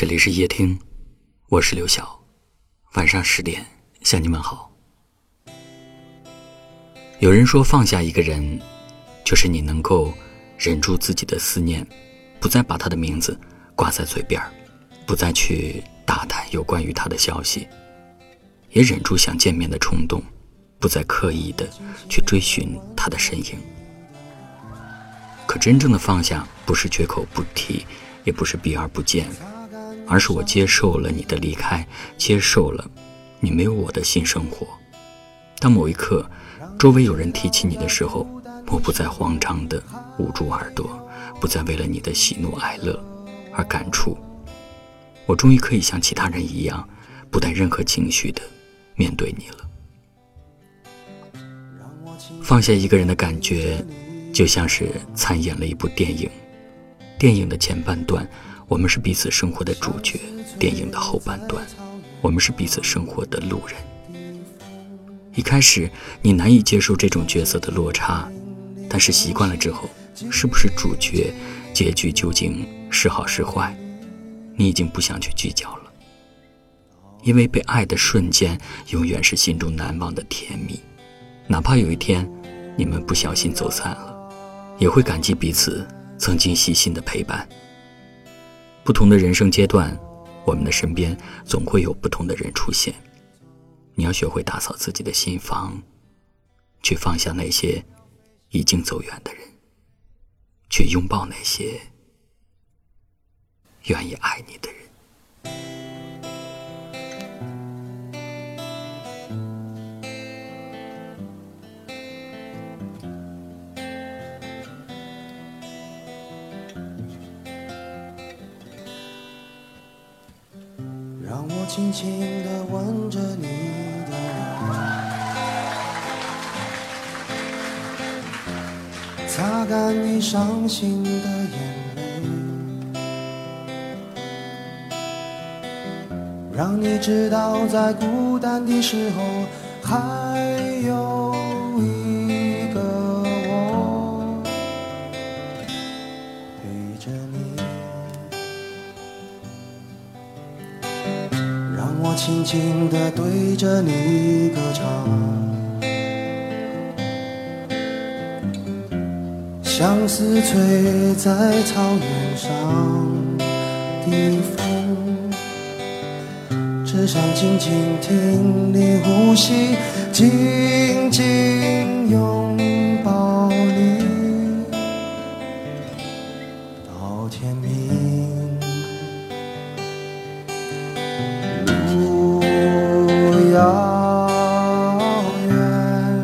这里是夜听，我是刘晓，晚上10点向你们好。有人说放下一个人，就是你能够忍住自己的思念，不再把他的名字挂在嘴边，不再去打探有关于他的消息，也忍住想见面的冲动，不再刻意的去追寻他的身影。可真正的放下，不是绝口不提，也不是避而不见，而是我接受了你的离开，接受了你没有我的新生活。当某一刻周围有人提起你的时候，我不再慌张地捂住耳朵，不再为了你的喜怒哀乐而感触。我终于可以像其他人一样，不带任何情绪地面对你了。放下一个人的感觉，就像是参演了一部电影。电影的前半段，我们是彼此生活的主角；电影的后半段，我们是彼此生活的路人。一开始你难以接受这种角色的落差，但是习惯了之后，是不是主角结局究竟是好是坏，你已经不想去计较了。因为被爱的瞬间永远是心中难忘的甜蜜，哪怕有一天你们不小心走散了，也会感激彼此曾经细心的陪伴。不同的人生阶段，我们的身边总会有不同的人出现。你要学会打扫自己的心房，去放下那些已经走远的人，去拥抱那些愿意爱你的人。 让我轻轻地吻着你的脸，擦干你伤心的眼泪，让你知道在孤单的时候还有一个我陪着你。让我轻轻地对着你歌唱，相思吹在草原上的风，只想静静听你呼吸，紧紧拥抱你到天明。路遥远，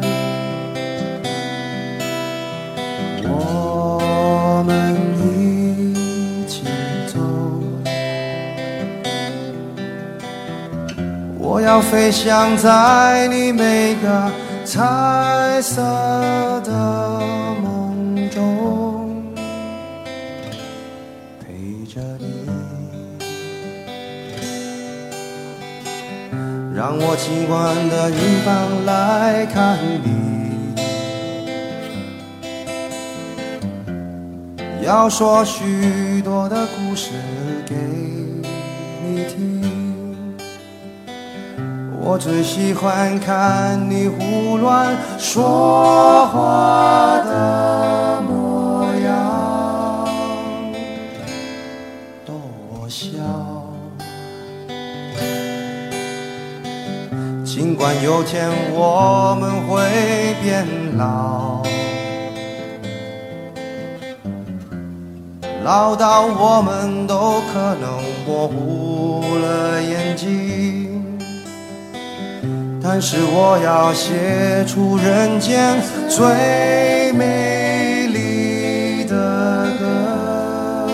我们一起走。我要飞翔在你每个彩色的梦中，陪着你。让我尽管的远方来看你，要说许多的故事给你听。我最喜欢看你胡乱说话的模样，逗我笑。尽管有天我们会变老，老到我们都可能模糊了眼睛，但是我要写出人间最美丽的歌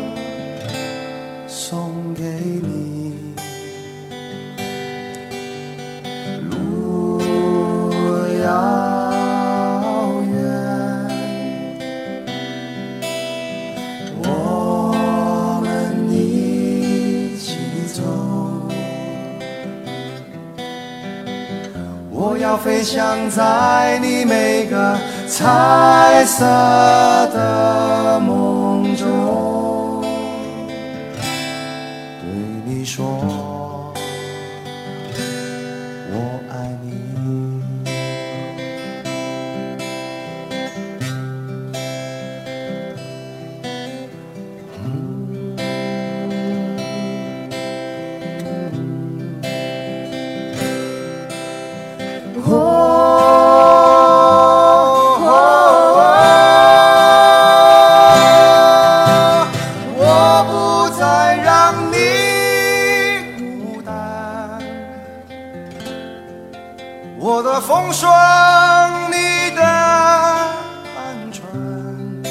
送给你。遥远，我们一起走。我要飞翔在你每个彩色的梦中， 对你说我爱你。我不再让你孤单，我的风霜，你的安全，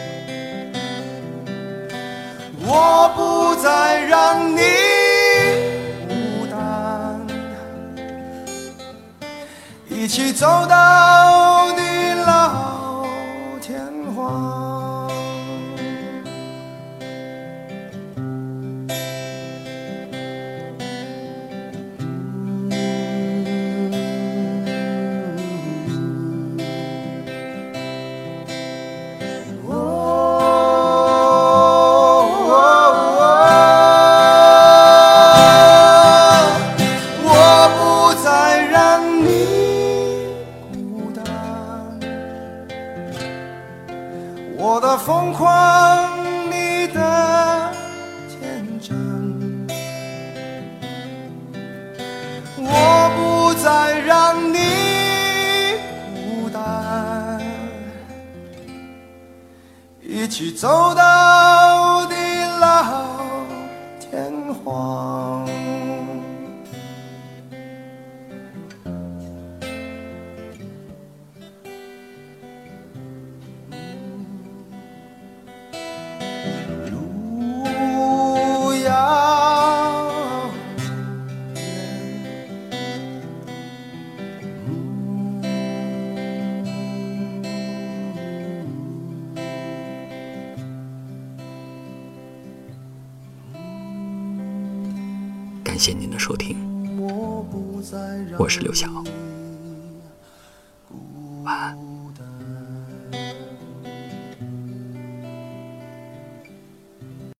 我不再让你孤单，一起走到地老天荒。我的疯狂，你的天真，我不再让你孤单，一起走到地老天荒。 感谢您的收听，我是刘晓，晚安。